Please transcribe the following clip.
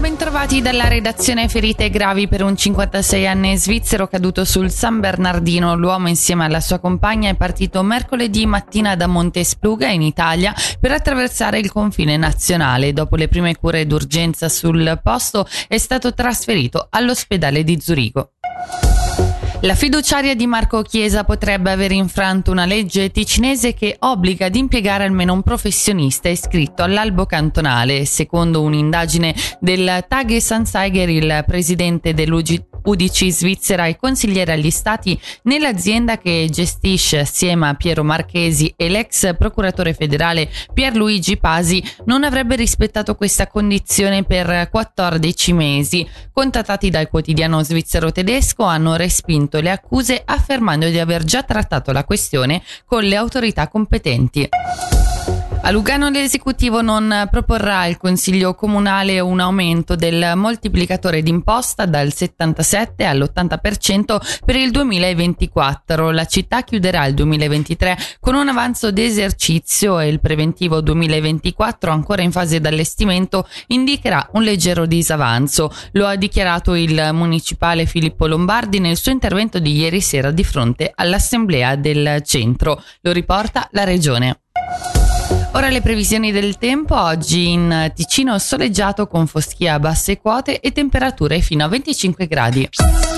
bentrovati dalla redazione. Ferite gravi per un 56enne svizzero caduto sul San Bernardino. L'uomo insieme alla sua compagna è partito mercoledì mattina da Montespluga in Italia per attraversare il confine nazionale. Dopo le prime cure d'urgenza sul posto è stato trasferito all'ospedale di Zurigo. La fiduciaria di Marco Chiesa potrebbe aver infranto una legge ticinese che obbliga ad impiegare almeno un professionista iscritto all'albo cantonale. Secondo un'indagine del Tages-Anzeiger, il presidente dell'UDC svizzera e consigliere agli stati nell'azienda che gestisce assieme a Piero Marchesi e l'ex procuratore federale Pierluigi Pasi non avrebbe rispettato questa condizione per 14 mesi. Contattati dal quotidiano svizzero tedesco, hanno respinto le accuse affermando di aver già trattato la questione con le autorità competenti. A Lugano l'esecutivo non proporrà al Consiglio Comunale un aumento del moltiplicatore d'imposta dal 77 all'80% per il 2024. La città chiuderà il 2023 con un avanzo d'esercizio e il preventivo 2024, ancora in fase d'allestimento, indicherà un leggero disavanzo. Lo ha dichiarato il municipale Filippo Lombardi nel suo intervento di ieri sera di fronte all'Assemblea del Centro. Lo riporta la Regione. Ora le previsioni del tempo. Oggi in Ticino soleggiato con foschia a basse quote e temperature fino a 25 gradi.